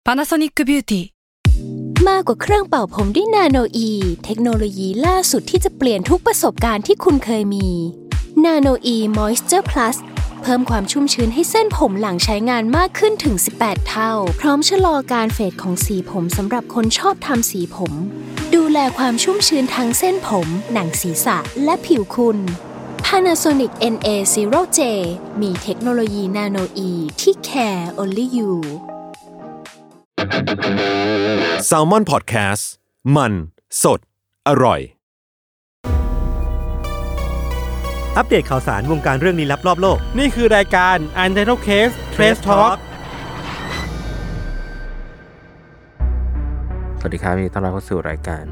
Panasonic Beauty มากกว่าเครื่องเป่าผมด้วยนาโนอีเทคโนโลยีล่าสุดที่จะเปลี่ยนทุกประสบการณ์ที่คุณเคยมีนาโนอีมอยส์เจอร์พลัสเพิ่มความชุ่มชื้นให้เส้นผมหลังใช้งานมากขึ้นถึง18เท่าพร้อมชะลอการเฟดของสีผมสำหรับคนชอบทำสีผมดูแลความชุ่มชื้นทั้งเส้นผมหนังศีรษะและผิวคุณ Panasonic NA0J มีเทคโนโลยีนาโนอีที่ care only you Salmon Podcast มันสดอร่อยอัปเดตข่าวสารวงการเรื่องลี้ลับรอบโลกนี่คือรายการ Untitled Case Trace Talk สวัสดีครับต้อนรับเข้าสู่รายการ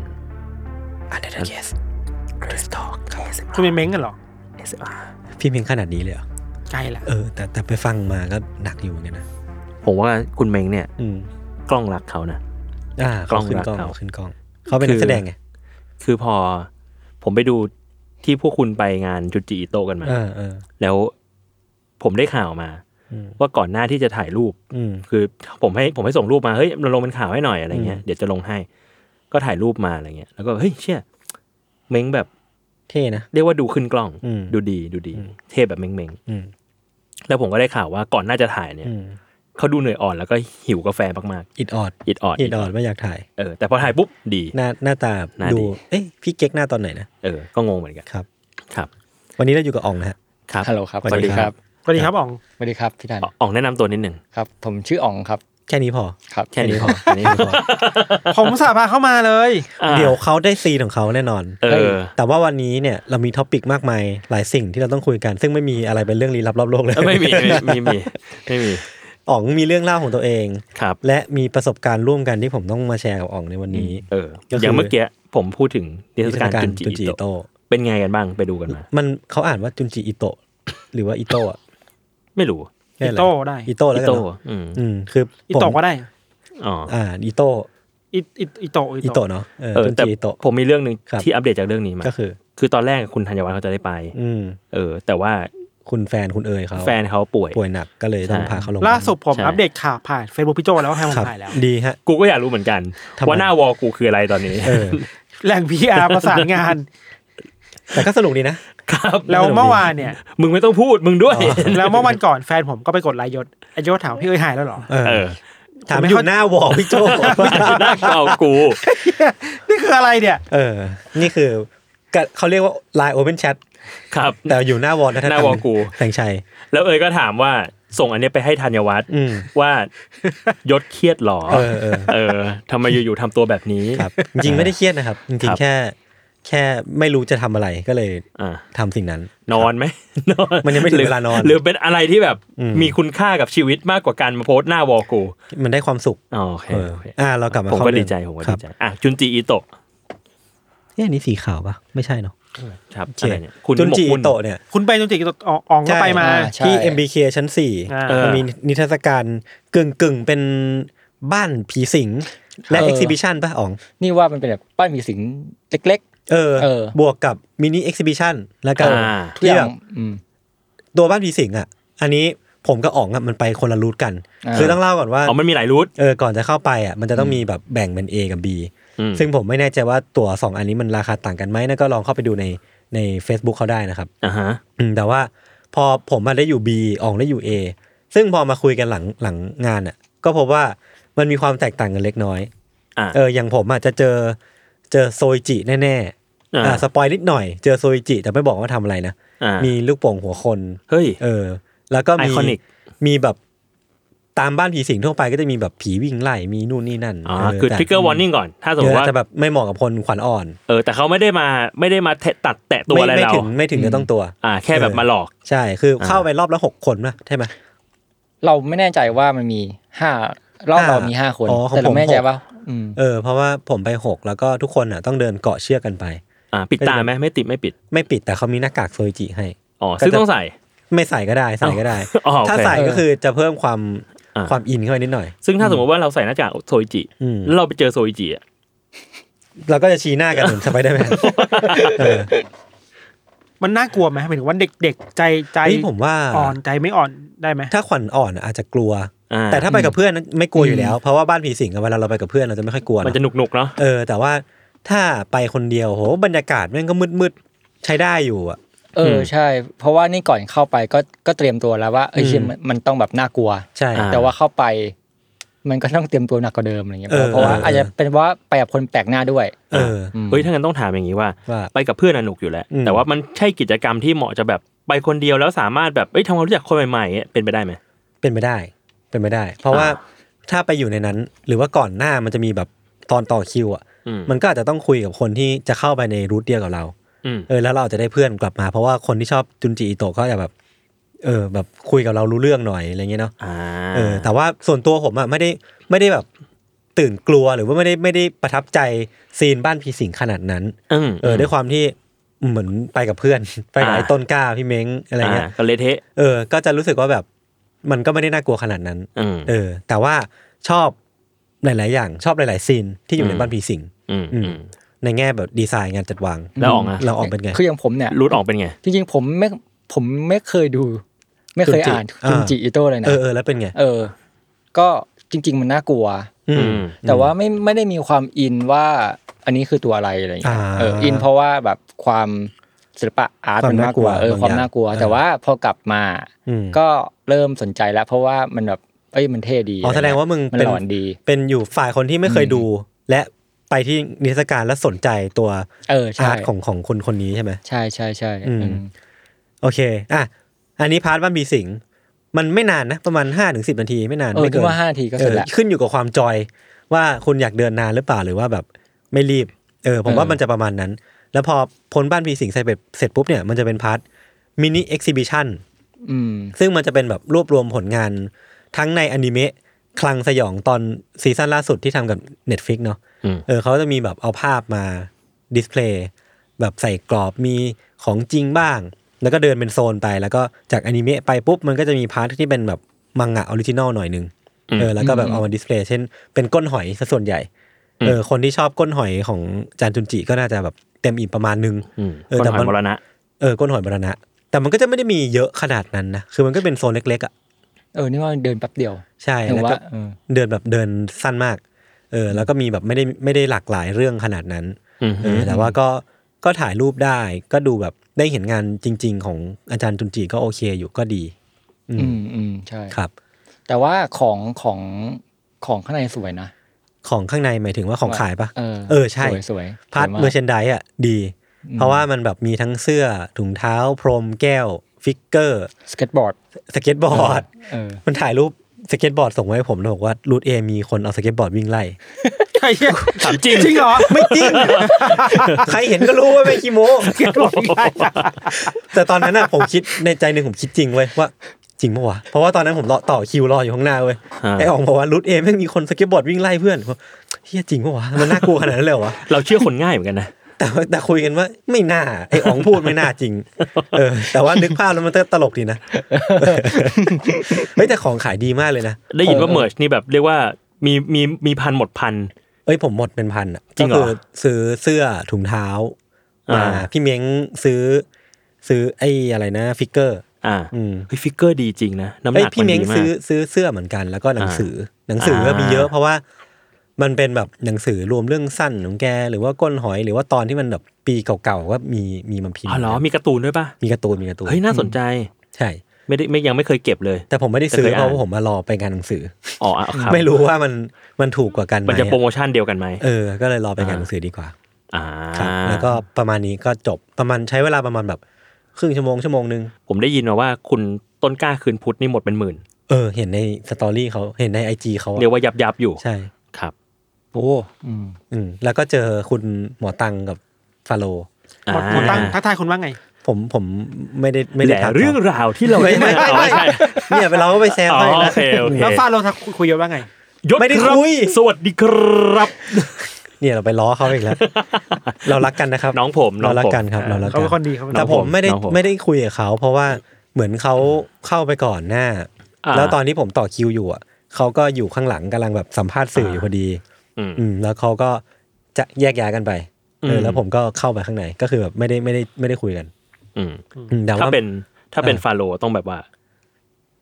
Untitled Case Trace Talk คุณเป็นเม้งกันเหรอพี่เม้งขนาดนี้เลยเหรอใกล้ละแต่ไปฟังมาก็หนักอยู่เหมือนกันนะผมว่าคุณเม้งเนี่ยกล้องรักเขานะกล้องขึ้นกล้องเขาเป็นนักแสดงไงคือพอผมไปดูที่พวกคุณไปงานจุจิอิโตะกันมาแล้วผมได้ข่าวมาว่าก่อนหน้าที่จะถ่ายรูปคือผมให้ส่งรูปมาเฮ้ยเราลงเป็นข่าวให้หน่อยอะไรเงี้ยเดี๋ยวจะลงให้ก็ถ่ายรูปมาอะไรเงี้ยแล้วก็เฮ้ยเชี่ยเม้งแบบเท่นะเรียกว่าดูขึ้นกล้องดูดีเท่แบบเม้งแล้วผมก็ได้ข่าวว่าก่อนหน้าจะถ่ายเนี่ยเขาดูเหนื่อยอ่อนแล้วก็หิวกาแฟมากๆอิดออดไม่อยากถ่ายแต่พอถ่ายปุ๊บดีหน้าตาดูพี่เก๊กหน้าตอนไหนนะก็งงเหมือนกันครับวันนี้เราอยู่กับอ๋องนะฮะครับฮัลโหลครับสวัสดีครับสวัสดีครับอ๋องสวัสดีครับพี่ธันอ๋องแนะนำตัวนิดนึงครับผมชื่ออ๋องครับแค่นี้พอครับแค่นี้พอผมสาพาเข้ามาเลยเดี๋ยวเขาได้ซีนของเขาแน่นอนแต่ว่าวันนี้เนี่ยเรามีท็อปิกมากมายหลายสิ่งที่เราต้องคุยกันซึ่งไม่มีอะไรเป็นเรื่องลี้ลับรอบโลกเลยไม่มีอ๋องมีเรื่องเล่าของตัวเองและมีประสบการณ์ร่วมกันที่ผมต้องมาแชร์กับอ๋องในวันนี้อย่างเมื่อกี้ผมพูดถึงนิทรรศการจุจิอิโตะเป็นไงกันบ้างไปดูกันมามันเขาอ่านว่าจุนจิอิโตะหรือว่าอิโตะไม่รู้อิโตะได้อิโตะแล้วกันคืออิโตะก็ได้อิโตะอิโตะเนาะแต่ผมมีเรื่องนึงที่อัปเดตจากเรื่องนี้มาก็คือตอนแรกคุณธัญวัฒน์เขาจะได้ไปแต่ว่าคุณแฟนคุณเอ๋ยเขาแฟนเขาป่วยหนักก็เลยต้องพาเขาลงล่าสุดผมอัปเดตข่าวผ่าน Facebook พี่โจแล้วให้ผมถ่ายแล้วดีฮะกูก็อยากรู้เหมือนกันว่าหน้าวอลกูคืออะไรตอนนี้แหล่ง PR ประสานงานแต่ก็สนุกดีนะครับแล้วเมื่อวานเนี่ยมึงไม่ต้องพูดมึงด้วยแล้วเมื่อวันก่อนแฟนผมก็ไปกดไลค์ยศยศถามพี่เอ๋ยหายแล้วหรอถามอยู่หน้าวอลพี่โจหน้าเก่ากูนี่คืออะไรเนี่ยนี่คือเขาเรียกว่า Line Open Chat ครับแต่อยู่หน้าวอลนะหน้าวอลกูแสงชัยแล้วก็ถามว่าส่งอันนี้ไปให้ธัญวัฒน์ว่ายศเครียดหรอทำไมอยู่ๆทำตัวแบบนี้จริงไม่ได้เครียดนะครับจริงๆแค่ไม่รู้จะทำอะไรก็เลยทำสิ่งนั้นนอนไหมมันยังไม่ถึงเวลานอนหรือเป็นอะไรที่แบบมีคุณค่ากับชีวิตมากกว่าการมาโพสต์หน้าวอลกูมันได้ความสุขโอเคเรากลับมาผมก็ดีใจจุนจิอิโตะนี่สีขาวปะไม่ใช่เนาะครับอะไรเนี่ยคุณจุนจิอิโตะเนี่ยคุณไปจุนจิอิโตะอ๋องก็ไปมาที่ MBK ชั้น4มันมีนิทรรศการกึ่งเป็นบ้านผีสิงและ exhibition ป่ะอ๋องนี่ว่ามันเป็นแบบบ้านผีสิงเล็กๆบวกกับมินิ exhibition แล้วก็ที่แบบตัวบ้านผีสิงอ่ะอันนี้ผมกับอ๋องอ่ะมันไปคนละรูทกันคือต้องเล่าก่อนว่ามันมีหลายรูทก่อนจะเข้าไปอ่ะมันจะต้องมีแบบแบ่งเป็น A กับ Bซึ่งผมไม่แน่ใจว่าตั๋ว2อันนี้มันราคาต่างกันไหมนั่นก็ลองเข้าไปดูใน Facebook เขาได้นะครับแต่ว่าพอผมมาได้อยู่ B อ๋องได้อยู่ A ซึ่งพอมาคุยกันหลังงานอ่ะก็พบว่ามันมีความแตกต่างกันเล็กน้อยอย่างผมอ่ะจะเจอโซอิจิแน่ๆสปอยนิดหน่อยเจอโซอิจิแต่ไม่บอกว่าทำอะไรนะมีลูกโป่งหัวคนเฮ้ยแล้วก็มีแบบตามบ้านผีสิงทั่วไปก็จะมีแบบผีวิ่งไล่มีนู่นนี่นั่นคือ trigger warning ก่อนถ้าสมมติว่าจะแบบไม่เหมาะกับคนขวัญอ่อนแต่เขาไม่ได้มาตัดแตะตัวอะไรเราไม่ถึงจะต้องตัวแค่แบบมาหลอกใช่คือเข้าไปรอบละ6คนนะใช่ไหมเราไม่แน่ใจว่ามันมี5รอบเรามี5คนแต่เราไม่แน่ใจว่าเพราะว่าผมไป6แล้วก็ทุกคนอ่ะต้องเดินเกาะเชือกกันไปปิดตาไหมไม่ปิดแต่เขามีหน้ากากโซอิจิให้ซึ่งต้องใส่ไม่ใส่ก็ได้ใส่ก็ได้ถ้าใส่ก็คือจะเพิ่มความอินเข้าไปนิดหน่อยซึ่งถ้าสมมติว่าเราใส่หน้ากากโซอิจิแล้วเราไปเจอโซอิจิอ่ะเราก็จะชี้หน้ากันเหมือนสไปเดอร์แมนมันน่ากลัวไหมหมายถึงว่าเด็กๆใจผมว่าอ่อนใจไม่อ่อนได้ไหมถ้าขวัญอ่อนอาจจะกลัวแต่ถ้าไปกับเพื่อนไม่กลัวอยู่แล้วเพราะว่าบ้านผีสิงเวลาเราไปกับเพื่อนเราจะไม่ค่อยกลัวมันจะหนุกๆเนาะแต่ว่าถ้าไปคนเดียวโหบรรยากาศมันก็มืดๆใช้ได้อยู่อ่ะใช่เพราะว่านี่ก่อนเข้าไปก็เตรียมตัวแล้วว่ามันต้องแบบน่ากลัวใช่แต่ว่าเข้าไปมันก็ต้องเตรียมตัวหนักกว่าเดิมอะไรเงี้ยเพราะว่าอาจจะเป็นว่าไปกับคนแปลกหน้าด้วยเฮ้ยถ้างั้นต้องถามอย่างนี้ว่าไปกับเพื่อนสนุกอยู่แล้วแต่ว่ามันใช่กิจกรรมที่เหมาะจะแบบไปคนเดียวแล้วสามารถแบบทำความรู้จักคนใหม่ๆเป็นไปได้ไหมเป็นไปได้เพราะว่าถ้าไปอยู่ในนั้นหรือว่าก่อนหน้ามันจะมีแบบตอนต่อคิวอ่ะมันก็อาจจะต้องคุยกับคนที่จะเข้าไปในรูทเดียวกับเราแล้วเราจะได้เพื่อนกลับมาเพราะว่าคนที่ชอบจุนจิอิโตะก็จะแบบแบบคุยกับเรารู้เรื่องหน่อยอะไรเงี้ยเนาะแต่ว่าส่วนตัวผมอ่ะไม่ได้แบบตื่นกลัวหรือว่าไม่ได้ประทับใจซีนบ้านผีสิงขนาดนั้นด้วยความที่เหมือนไปกับเพื่อนไปกับไอ้ต้นกล้าพี่เม้งอะไรเงี้ยก็เละเทะก็จะรู้สึกว่าแบบมันก็ไม่ได้น่ากลัวขนาดนั้นแต่ว่าชอบหลายๆอย่างชอบหลายๆซีนที่อยู่ในบ้านผีสิงในแง่แบบดีไซน์งานจัดวางแล้วออกเป็นไงคืออย่างผมเนี่ยรูทออกเป็นไงจริงๆผมไม่เคยดูไม่เคยอ่านจุนจิอิโตะเลยนะแล้วเป็นไงก็จริงๆมันน่ากลัวแต่ว่าไม่ได้มีความอินว่าอันนี้คือตัวอะไรอะไรอย่างเงี้ยอินเพราะว่าแบบความศิลปะอาร์ตมันมากกว่าความน่ากลัวแต่ว่าพอกลับมาก็เริ่มสนใจแล้วเพราะว่ามันแบบมันเท่ดีแสดงว่ามึงเป็นอยู่ฝ่ายคนที่ไม่เคยดูและไปที่นิทรรศการแล้วสนใจตัวอาร์ตของคนนี้ใช่ไหมใช่โอเคอันนี้พาร์ทบ้านผีสิงมันไม่นานนะประมาณ 5-10 นาทีไม่นานไม่เกินว่า5 นาทีก็เสร็จแล้วขึ้นอยู่กับความจอยว่าคุณอยากเดินนานหรือเปล่าหรือว่าแบบไม่รีบผมว่ามันจะประมาณนั้นแล้วพอพ้นบ้านผีสิงเสร็จปุ๊บเนี่ยมันจะเป็นพาร์ทมินิเอ็กซิบิชันซึ่งมันจะเป็นแบบรวบรวมผลงานทั้งในอนิเมะคลังสยองตอนซีซั่นล่าสุดที่ทำกับ Netflix เนาะเขาจะมีแบบเอาภาพมาดิสเพลย์แบบใส่กรอบมีของจริงบ้างแล้วก็เดินเป็นโซนไปแล้วก็จากอนิเมะไปปุ๊บมันก็จะมีพาร์ทที่เป็นแบบมังงะออริจินอลหน่อยนึงแล้วก็แบบเอามาดิสเพลย์เช่นเป็นก้นหอยซะส่วนใหญ่คนที่ชอบก้นหอยของจานจุนจิก็น่าจะแบบเต็มอิ่มประมาณนึงก้นหอยมรณะก้นหอยมรณะแต่มันก็จะไม่ได้มีเยอะขนาดนั้นนะคือมันก็เป็นโซนเล็กๆอ่ะนี่ว่าเดินแป๊บเดียวใช่แล้วก็เดินแบบเดินสั้นมากแล้วก็มีแบบไม่ได้หลากหลายเรื่องขนาดนั้นแต่ว่าก็ถ่ายรูปได้ก็ดูแบบได้เห็นงานจริงๆของอาจารย์จุนจิก็โอเคอยู่ก็ดีใช่ครับแต่ว่าของข้างในสวยนะของข้างในหมายถึงว่าของขายปะใช่สวยพาร์ทเมอร์แชนไดส์อ่ะดีเพราะว่ามันแบบมีทั้งเสื้อถุงเท้าพรมแก้วฟิกเกอร์สเก็ตบอร์ดมันถ่ายรูปสเก็ตบอร์ดส่งมาให้ผมแล้วบอกว่ารูทเอมีคนเอาสเก็ตบอร์ดวิ่งไล่ใช่ถามจริงเหรอไม่จริงใครเห็นก็รู้ว่าไม่ขี้โม้แต่ตอนนั้นน่ะผมคิดในใจนึงผมคิดจริงเว้ยว่าจริงป่ะวะเพราะว่าตอนนั้นผมต่อคิวรออยู่ข้างหน้าเว้ยไอ้อ๋องบอกว่ารูทเอแม่งมีคนสเก็ตบอร์ดวิ่งไล่เพื่อนเฮียจริงป่ะวะมันน่ากลัวขนาดนั้นเลยเหรอวะเราเชื่อคนง่ายเหมือนกันนะแต่คุยกันว่าไม่น่าไอ้อ๋องพูดไม่น่าจริงแต่ว่านึกภาพแล้วมันตลกดีนะแต่ของขายดีมากเลยนะได้ยินว่าเมิร์ชนี่แบบเรียกว่ามีพันหมดพันผมหมดเป็นพันอ่ะก็คือซื้อเสื้อถุงเท้ามาพี่เม้งซื้อไอ้อะไรนะฟิกเกอร์ฟิกเกอร์ดีจริงนะน้ำหนักมันดีมากพี่เม้งซื้อเสื้อเหมือนกันแล้วก็หนังสือก็มีเยอะเพราะว่ามันเป็นแบบหนังสือรวมเรื่องสั้นของแกหรือว่าก้นหอยหรือว่าตอนที่มันแบบปีเก่าๆว่ามีมันพิมพ์เหรอมีการ์ตูนด้วยป่ะมีการ์ตูนเฮ้ยน่าสนใจใช่ยังไม่เคยเก็บเลยแต่ผมไม่ได้ซื้อเพราะว่าผมมารอไปงานหนังสือไม่รู้ว่ามันถูกกว่ากันไหมมันจะโปรโมชั่นเดียวกันไหมก็เลยรอไปงานหนังสือดีกว่าแล้วก็ประมาณนี้ก็จบประมาณใช้เวลาประมาณแบบครึ่งชั่วโมงนึงผมได้ยินมาว่าคุณต้นกล้าคืนพุทธนี่หมดเป็นหมื่นเห็นในสตอรี่เขาเห็นใน IG เขาเรียกว่ายับอยู่ใช่ครับโอ้แล้วก็เจอคุณหมอตังกับฟาโลหมอตังทักทายคุณว่าไงผมไม่ได้ถามเรื่องราวที่เราไม่ใช่เนี่ยเราก็ไปแซวให้นะแล้วฟาโลคุยเยอะว่าไงไม่ได้คุยสวัสดีครับเนี่ยเราไปล้อเขาอีกแล้วเรารักกันนะครับน้องผมเรารักกันครับเรารักกันเขาเป็นคนดีแต่ผมไม่ได้คุยกับเขาเพราะว่าเหมือนเขาเข้าไปก่อนหน้าแล้วตอนที่ผมต่อคิวอยู่อ่ะเขาก็อยู่ข้างหลังกำลังแบบสัมภาษณ์สื่ออยู่พอดีแล้วเขาก็จะแยกย้ายกันไปแล้วผมก็เข้าไปข้างในก็คือแบบไม่ได้คุยกันถ้าเป็นฟาโลต้องแบบว่า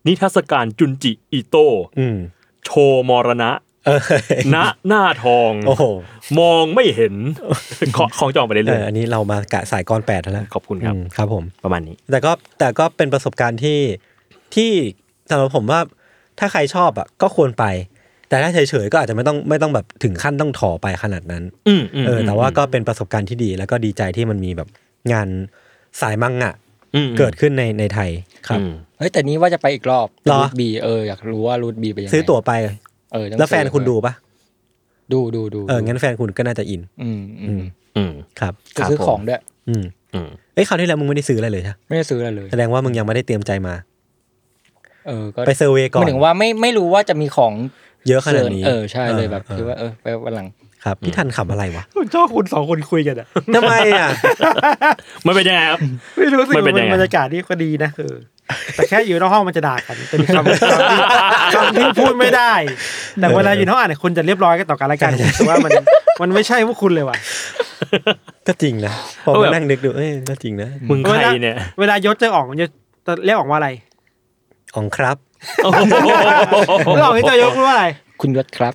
นิทรรศการจุนจิอิโตะโชว์มรณะณหน้าทองมองไม่เห็นของจองไปเรื่อยอันนี้เรามากะสายก้อน8แล้วขอบคุณครับครับผมประมาณนี้แต่ก็เป็นประสบการณ์ที่สำหรับผมว่าถ้าใครชอบอ่ะก็ควรไปแต่ถ้าเฉยๆก็อาจจะไม่ต้องแบบถึงขั้นต้องถอไปขนาดนั้นแต่ว่าก็เป็นประสบการณ์ที่ดีแล้วก็ดีใจที่มันมีแบบงานสายมังงะเกิดขึ้นในไทยครับเฮ้ยแต่นี้ว่าจะไปอีกรอบรูทบีอยากรู้ว่ารูทบีไปยังไงซื้อตั๋วไปแล้วแฟนคุณดูปะดูงั้นแฟนคุณก็น่าจะอินครับซื้อของด้วยคราวที่แล้วมึงไม่ได้ซื้ออะไรเลยใช่ไม่ได้ซื้ออะไรเลยแสดงว่ามึงยังไม่ได้เตรียมใจมาก็ไปเซอร์เวย์ก่อนหมายถึงว่าไม่รู้ว่าจะมีของเยอะขนาดนี้ใช่เลยแบบคิดว่าไปวันหลังครับพี่ทันขำอะไรวะคุณชอบคุณ2คนคุยกันอ่ะทำไมอ่ะมันเป็นยังไงครับไม่รู้สึกมันบรรยากาศนี่ก็ดีนะแต่แค่อยู่ในห้องมันจะด่ากันเป็นคำที่พูดไม่ได้แต่เวลาอยู่ในห้องอ่านคุณจะเรียบร้อยกันต่อกันละกันแต่ว่ามันไม่ใช่พวกคุณเลยว่ะก็จริงนะพอมานั่งนึกดูก็จริงนะมึงใครเนี่ยเวลายศจะออกจะเรียกออกว่าอะไรอ๋องครับแล้วออกจะยกว่าอะไรคุณยศครับ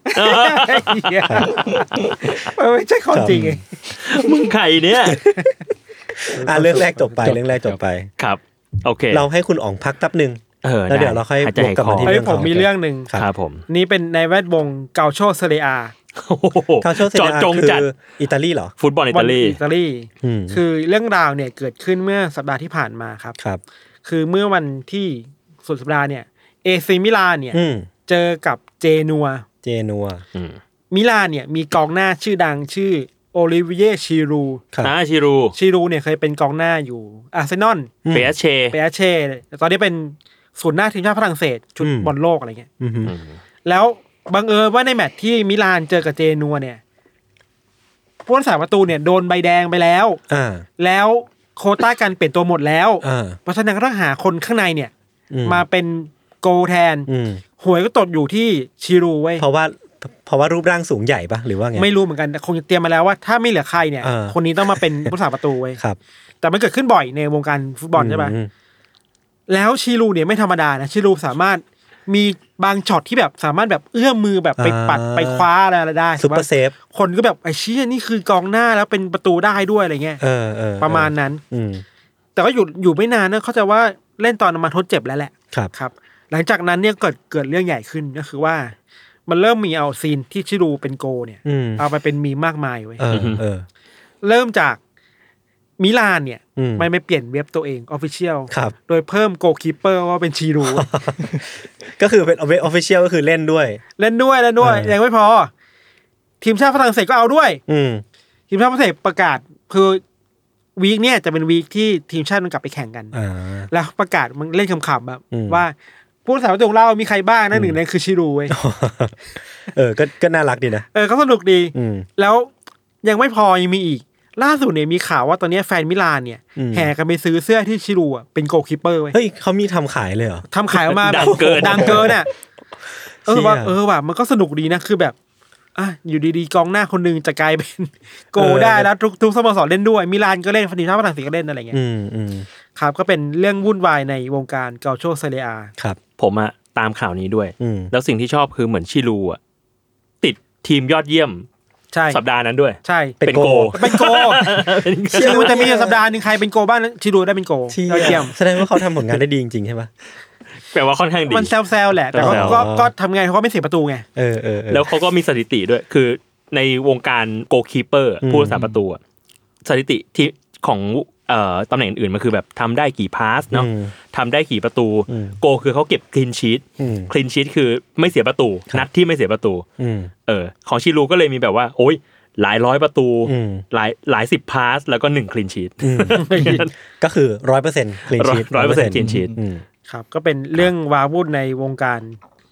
ไม่ใช่ของจริงไงมึงใครเนี่ยเรื่องแรกจบไปครับโอเคเราให้คุณอ๋องพักแป๊บนึงแล้วเดี๋ยวเราค่อยบวกกับที่เรื่องผมมีเรื่องนึงครับผมนี่เป็นในแวดวงเกาโชเซเรียเกาโชเซเรียคืออิตาลีเหรอฟุตบอลอิตาลีคือเรื่องราวเนี่ยเกิดขึ้นเมื่อสัปดาห์ที่ผ่านมาครับคือเมื่อวันที่สุดสัปดาห์เนี่ยเอซีมิลานเนี่ยเจอกับเจนัวมิลานเนี่ยมีกองหน้าชื่อดังชื่อโอลิเวียชีรูชีรูเนี่ยเคยเป็นกองหน้าอยู่อาร์เซนอลเปเชตอนนี้เป็นศูนย์หน้าทีมชาติฝรั่งเศสชุดบอลโลกอะไรเงี้ยแล้วบังเอิญว่าในแมตช์ที่มิลานเจอกับเจนัวเนี่ยผู้รักษาประตูเนี่ยโดนใบแดงไปแล้วแล้วโควต้าการเปลี่ยนตัวหมดแล้วเพราะฉะนั้นก็ต้องหาคนข้างในเนี่ยมาเป็นโกแทนหวยก็ตกอยู่ที่ชิรูไว้เพราะว่ารูปร่างสูงใหญ่ปะหรือว่าไงไม่รู้เหมือนกันคงจะเตรียมมาแล้วว่าถ้าไม่เหลือใครเนี่ยคนนี้ต้องมาเป็นผู้รักษาประตูไว้แต่มันเกิดขึ้นบ่อยในวงการฟุตบอลใช่ปะแล้วชิรูเนี่ยไม่ธรรมดานะชิรูสามารถมีบางช็อตที่แบบสามารถแบบเอื้อมมือแบบไปปัดไปคว้าอะไรได้ซุปเปอร์เซฟคนก็แบบไอ้เชี่ยนี่คือกองหน้าแล้วเป็นประตูได้ด้วยอะไรเงี้ยประมาณนั้นแต่ก็อยู่ไม่นานนะเขาจะว่าเล่นตอนมาทดเจ็บแล้วแหละครับหลังจากนั้นเนี่ยเกิดเรื่องใหญ่ขึ้นก็คือว่ามันเริ่มมีเอาซีนที่ชิรูเป็นโกเนี่ยเอาไปเป็นมีมากมายเว้ยเริ่มจากมิลานเนี่ยมันไปเปลี่ยนเว็บตัวเอง Official โดยเพิ่มโกคีปเปอร์ว่าเป็นชิรูก็คือเป็นเว็บ Official ก็คือเล่นด้วยยังไม่พอทีมชาติฝรั่งเศสก็เอาด้วยทีมชาติฝรั่งเศสประกาศคือวีคเนี่ยจะเป็นวีคที่ทีมชาติมันกลับไปแข่งกันแล้วประกาศมันเล่นขำๆแบบว่าผู้รักษาประตูของเรามีใครบ้างนะหนึ่งในคือชิรูเว้ยก็น่ารักดีนะก็สนุกดีแล้วยังไม่พอยังมีอีกล่าสุดเนี่ยมีข่าวว่าตอนนี้แฟนมิลานเนี่ยแห่กันไปซื้อเสื้อที่ชิรูเป็นโกลคีปเปอร์เว้ยเฮ้ยเขามีทำขายเลยเหรอทำขายออกมาแบบดังเกินอ่ะว่ามันก็สนุกดีนะคือแบบอยู่ดีๆกองหน้าคนนึงจะกลายเป็นโกได้แล้วทุกสโมสรเล่นด้วยมิลานก็เล่นทีมชาติฝรั่งเศสก็เล่นอะไรเงี้ยครับก็เป็นเรื่องวุ่นวายในวงการเกาโชเซเรียครับผมตามข่าวนี้ด้วยแล้วสิ่งที่ชอบคือเหมือนชิรูติดทีมยอดเยี่ยมสัปดาห์นั้นด้วยใช่เป็นโกชิรูจะมีสัปดาห์นึงใครเป็นโกบ้างชิรูได้เป็นโกยอดเยี่ยมแสดงว่าเขาทำผลงานได้ดีจริงๆใช่ปะแปลว่าค่อนข้างดีมันแซวๆแหละแต่ก็ทำไงเขาไม่เสียประตูไงแล้วเขาก็มีสถิติด้วยคือในวงการโกคีปเปอร์ผู้รักษาประตูสถิติที่ของตำแหน่งอื่นมันคือแบบทำได้กี่พาสเนาะทำได้กี่ประตูโกคือเขาเก็บคลีนชีทคือไม่เสียประตูนัดที่ไม่เสียประตูของชิรูก็เลยมีแบบว่าโอ้ยหลายร้อยประตูหลาย10พาสแล้วก็1คลีนชีทก็คือ 100% คลีนชีท 100% คลีนชีทครับก็เป็นเรื่องว้าวุ่นในวงการ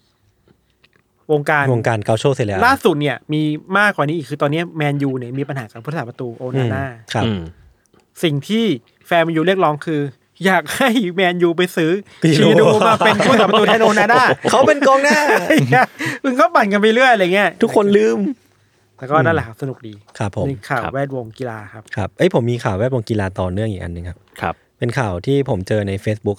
เกาโชเซเรียล่าสุดเนี่ยมีมากกว่านี้อีกคือตอนนี้แมนยูเนี่ยมีปัญหากับผู้รักษาประตูโอนาน่าสิ่งที่แฟนแมนยูเรียกร้องคืออยากให้แมนยูไปซื้อชีดูมาเป็นผู้รักษาประตูแทนโอนาน่าเขาเป็นกองหน้ามึงก็ปั่นกันไปเรื่อยอะไรเงี้ยทุกคนลืมแต่ก็นั่นแหละสนุกดีครับผมข่าวแวดวงกีฬาครับผมมีข่าวแวดวงกีฬาต่อเนื่องอีกอันนึงครับเป็นข่าวที่ผมเจอใน Facebook ครับ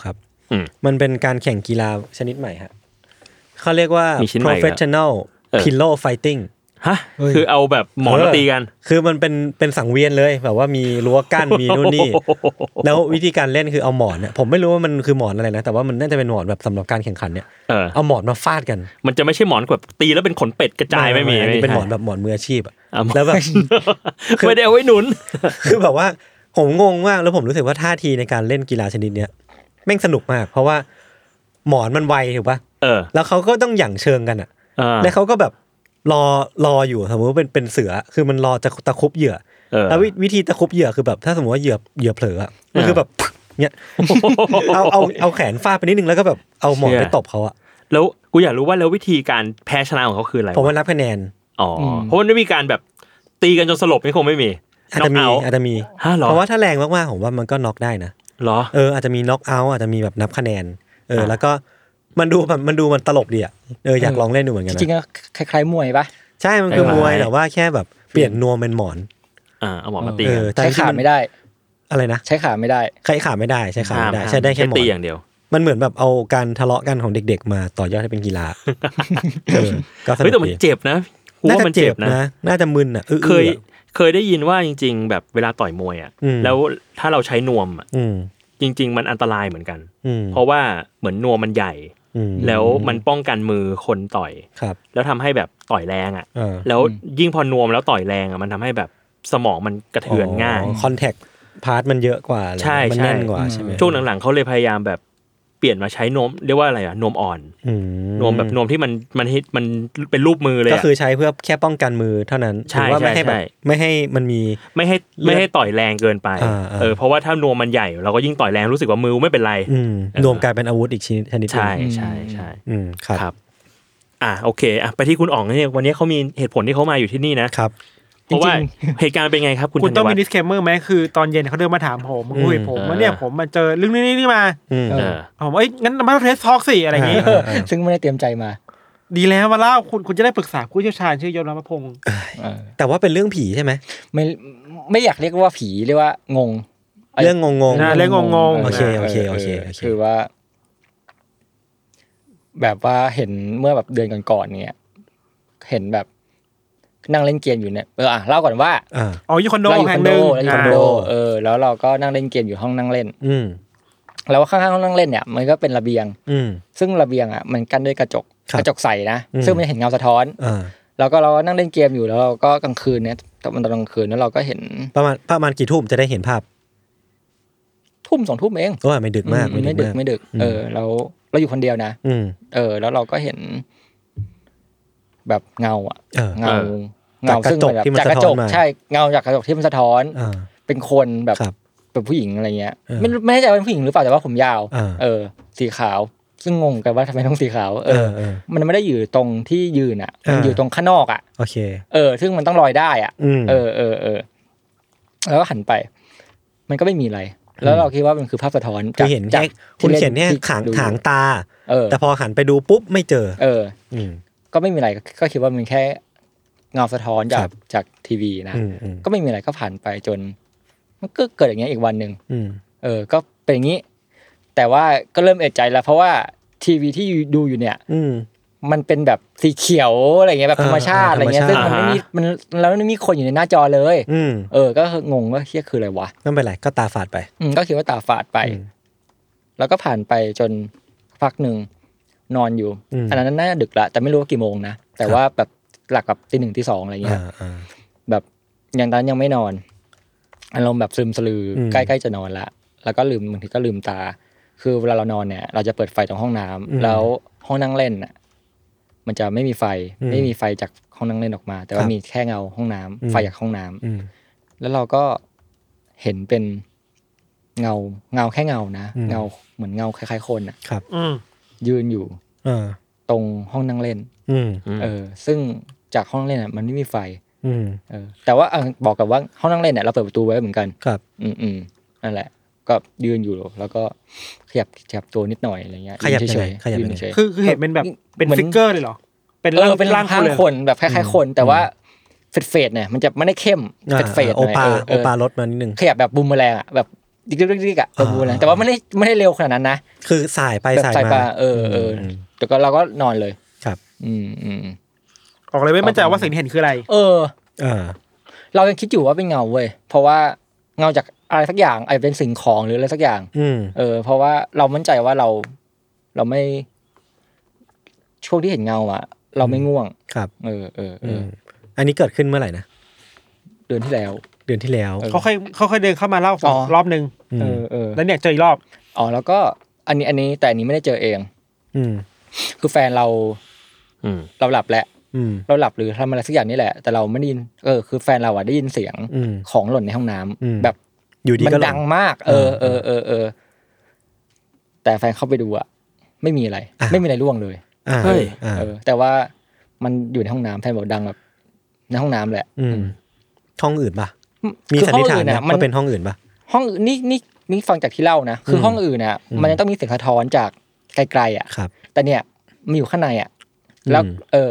มันเป็นการแข่งกีฬาชนิดใหม่ฮะเขาเรียกว่า professional pillow fighting ฮะคือเอาแบบหมอนมาตีกันคือมันเป็นสังเวียนเลยแบบว่ามีรั้วกั้นมีนู่นนี่แล้ววิธีการเล่นคือเอาหมอนเนี่ยผมไม่รู้ว่ามันคือหมอนอะไรนะแต่ว่ามันน่าจะเป็นหมอนแบบสำหรับการแข่งขันเนี่ยเอาหมอนมาฟาดกันมันจะไม่ใช่หมอนแบบตีแล้วเป็นขนเป็ดกระจายไม่มีเป็นหมอนแบบหมอนมืออาชีพแล้วแบบไม่ได้เอาไว้หนุนคือแบบว่าผมงงมากแล้วผมรู้สึกว่าท่าทีในการเล่นกีฬาชนิดเนี้ยแม่งสนุกมากเพราะว่าหมอนมันไวถูกป่ะแล้วเขาก็ต้องหยั่งเชิงกันอ่ะแล้วเขาก็แบบรออยู่สมมติว่าเป็นเสือคือมันรอจะตะคุบเหยื่อแล้ววิธีตะคุบเหยื่อคือแบบถ้าสมมติว่าเหยื่อเผลอมันคือแบบเงี้ยเอาแขนฟาดไปนิดนึงแล้วก็แบบเอาหมอนไปตบเขาอะแล้วกูอยากรู้ว่าแล้ววิธีการแพ้ชนะของเขาคืออะไรผมว่านับคะแนนเพราะมันไม่มีการแบบตีกันจนสลบนี่คงไม่มีอาจจะมีเพราะว่าถ้าแรงมากๆผมว่ามันก็น็อกได้นะเหรออาจจะมีน็อกเอาท์อาจจะมีแบบนับคะแนนแล้วก็มันดูมันตลกดีอ่ะอยากลองเล่นดูเหมือนกันจริงๆก็คล้ายๆมวยปะใช่มันคือมวยแต่ว่าแค่แบบเปลี่ยนนวมเป็นหมอนเอาหมอนมาตีใช้ขาไม่ได้อะไรนะใช้ขาไม่ได้ใช้ขาไม่ได้ใช้ขาไม่ได้ใช้ได้แค่หมอนตีอย่างเดียวมันเหมือนแบบเอาการทะเลาะกันของเด็กๆมาต่อยอดให้เป็นกีฬาก็สนุกดีแต่มันเจ็บนะน่าจะเจ็บนะน่าจะมึนอ่ะเคยได้ยินว่าจริงๆแบบเวลาต่อยมวยอ่ะแล้วถ้าเราใช้นวมอ่ะจริงๆมันอันตรายเหมือนกันเพราะว่าเหมือนนวมมันใหญ่แล้วมันป้องกันมือคนต่อยแล้วทำให้แบบต่อยแรงอ่ะแล้วยิ่งพอนวมแล้วต่อยแรงอ่ะมันทำให้แบบสมองมันกระเทือนง่ายคอนแทคพาร์ทมันเยอะกว่ามันแน่นกว่าใช่ไหมช่วงหลังๆเขาเลยพยายามแบบเปลี่ยนมาใช้นวมเรียกว่าอะไรอ่ะนวมอ่อนนวมแบบนวมที่มันเป็นรูปมือเลยก็คือใช้เพื่อแค่ป้องกันมือเท่านั้นหรือว่าไม่ให้แบบไม่ให้มันมีไม่ให้ต่อยแรงเกินไปเพราะว่าถ้านวมมันใหญ่เราก็ยิ่งต่อยแรงรู้สึกว่ามือไม่เป็นไรนวมกลายเป็นอาวุธอีกชนิดใช่ครับโอเคไปที่คุณอ๋องเนี่ยวันนี้เขามีเหตุผลที่เขามาอยู่ที่นี่นะครับเพราะว่าเหตุการณ์เป็นไงครับคุณต้องมี disclaimer ไหมคือตอนเย็นเขาเดินมาถามผมคุยผมว่าเนี่ยผมมาเจอเรื่องนี้มาผมงั้นมาเทสทอล์กสิอะไรอย่างงี้ซึ่งไม่ได้เตรียมใจมาดีแล้วมาเล่าคุณจะได้ปรึกษาผู้เชี่ยวชาญชื่อยศ นภพงศ์แต่ว่าเป็นเรื่องผีใช่ไหมไม่อยากเรียกว่าผีเรียกว่างงเรื่องงงเรื่องงงโอเคคือว่าแบบว่าเห็นเมื่อแบบเดือนก่อนๆเนี่ยเห็นแบบนั่งเล่นเกมอยู่เนี่ยเล่าก่อนว่าอยู่คอนโดแห่งนึงคอนโดแล้วเราก็นั่งเล่นเกมอยู่ห้องนั่งเล่นแล้วข้างๆห้องนั่งเล่นเนี่ยมันก็เป็นระเบียงซึ่งระเบียงอ่ะมันกั้นด้วยกระจกใสนะซึ่งมันเห็นเงาสะท้อนแล้วก็เรานั่งเล่นเกมอยู่แล้วเราก็กลางคืนเนี่ยตอนกลางคืนแล้วเราก็เห็นประมาณกี่ทุ่มจะได้เห็นภาพทุ่ม2 ทุ่มเองไม่ดึกมากไม่ดึกเราอยู่คนเดียวนะแล้วเราก็เห็นแบบเงาซึ่งจากกระจกใช่เงาจากกระจกที่มันสะท้อนเป็นคนแบบเป็นผู้หญิงอะไรเงี้ยไม่แน่ใจว่าเป็นผู้หญิงหรือเปล่าแต่ว่าผมยาวสีขาวซึ่งงงกันว่าทำไมต้องสีขาวมันไม่ได้อยู่ตรงที่ยืนอ่ะมันอยู่ตรงข้างนอกอ่ะโอเคซึ่งมันต้องลอยได้อ่ะแล้วก็หันไปมันก็ไม่มีอะไรแล้วเราคิดว่ามันคือภาพสะท้อนเห็นคุณเห็นเนี่ยถางตาแต่พอหันไปดูปุ๊บไม่เจอก็ไม่มีอะไรก็คิดว่ามันแค่เงาสะท้อนจากทีวีนะก็ไม่มีอะไรก็ผ่านไปจนมันก็เกิดอย่างเงี้ยอีกวันนึงก็เป็นอย่างงี้แต่ว่าก็เริ่มเอะใจแล้วเพราะว่าทีวีที่ดูอยู่เนี่ยมันเป็นแบบสีเขียวอะไรเงี้ยแบบธรรมชาติอะไรเงี้ยซึ่งมันไม่มีแล้วไม่มีคนอยู่ในหน้าจอเลยก็งงว่าเหี้ยคืออะไรวะไม่เป็นไรก็ตาฝาดไปก็คิดว่าตาฝาดไปแล้วก็ผ่านไปจนพักนึงนอนอยู่อันนั้นน่าจะดึกละแต่ไม่รู้ว่ากี่โมงนะแต่ว่าแบบหลักแบบตี 1 ตี 2อะไรเงี้ยแบบอย่างนั้นยังไม่นอนอารมณ์แบบซึมสลือใกล้ๆจะนอนละแล้วก็บางทีก็ลืมตาคือเวลาเรานอนเนี่ยเราจะเปิดไฟตรงห้องน้ำแล้วห้องนั่งเล่นน่ะมันจะไม่มีไฟจากห้องนั่งเล่นออกมาแต่ว่ามีแค่เงาห้องน้ำไฟจากห้องน้ำแล้วเราก็เห็นเป็นเงาแค่เงานะเงาเหมือนเงาคล้ายๆคนน่ะยืนอยู่ตรงห้องนั่งเล่นซึ่งจากห้องนั่งเล่นมันไม่มีไฟแต่ว่าบอกกับว่าห้องนั่งเล่นเนี่ยเราเปิดประตูไว้เหมือนกันครับนั่นแหละก็ยืนอยู่แล้วก็ขยับตัวนิดหน่อยอะไรเงี้ยขยับเฉยคือเห็นเป็นแบบเป็นฟิกเกอร์เลยเหรอเป็นร่างคนแบบคล้ายๆคนแต่ว่าเฟดเนี่ยมันจะไม่ได้เข้มเฟดโอปารถมานิดนึงขยับแบบบูมแมลงอ่ะแบบดิกๆอ่ะประมูลนะแต่ว่าไม่ได้เร็วขนาดนั้นนะคือสายไปสายมาแต่ก็เราก็นอนเลยครับออกเลยไม่มั่นใจว่าสิ่งที่เห็นคืออะไรเรายังคิดอยู่ว่าเป็นเงาเว้ยเพราะว่าเงาจากอะไรสักอย่างอาจจะเป็นสิ่งของหรืออะไรสักอย่างเพราะว่าเรามั่นใจว่าเราไม่ช่วงที่เห็นเงาอ่ะเราไม่ง่วงครับอันนี้เกิดขึ้นเมื่อไหร่นะเดือนที่แล้วเขาค่อยเดินเข้ามาเล่ารอบนึงแล้วเนี่ยเจออีกรอบแล้วก็อันนี้แต่อันนี้ไม่ได้เจอเองคือแฟนเราหลับแล้วเราหลับหรือทำอะไรสักอย่างนี่แหละแต่เราไม่ได้ยินคือแฟนเราได้ยินเสียงของหล่นในห้องน้ำแบบอยู่ดีก็ดังมากแต่แฟนเข้าไปดูอ่ะไม่มีอะไรร่วงเลยแต่ว่ามันอยู่ในห้องน้ำแฟนบอกดังแบบในห้องน้ำแหละห้องอื่นป่ะมีสันนิษฐานนะว่าเป็นห้องอื่นป่ะห้องนี่ฟังจากที่เล่านะคือห้องอื่นน่ะมันจะต้องมีเสียงสะท้อนจากไกลๆอ่ะแต่เนี่ยมันอยู่ข้างในอ่ะแล้ว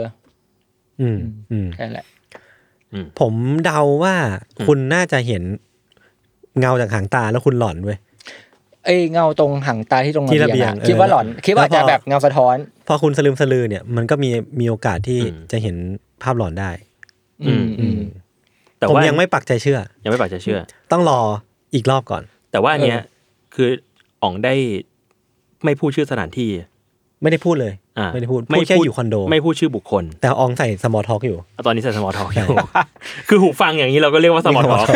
นั่นแหละผมเดาว่าคุณน่าจะเห็นเงาจากหางตาแล้วคุณหลอนเว้ยเงาตรงหางตาที่ตรงระเบียงคิดว่าหลอนคิดว่าจะแบบเงาสะท้อนพอคุณสลืมสลือเนี่ยมันก็มีโอกาสที่จะเห็นภาพหลอนได้แต่ผมยังไม่ปักใจเชื่อต้องรออีกรอบก่อนแต่ว่าอันเนี้ยคืออ๋องได้ไม่พูดชื่อสถานที่ไม่ได้พูดเลยไม่ได้พูดแค่อยู่คอนโดไม่พูดชื่อบุคคลแต่อ๋องใส่สมอลท็อกอยู่ตอนนี้ใส่สมอลท็อกอยู่คือหูฟังอย่างนี้เราก็เรียกว่าสมอลท็อก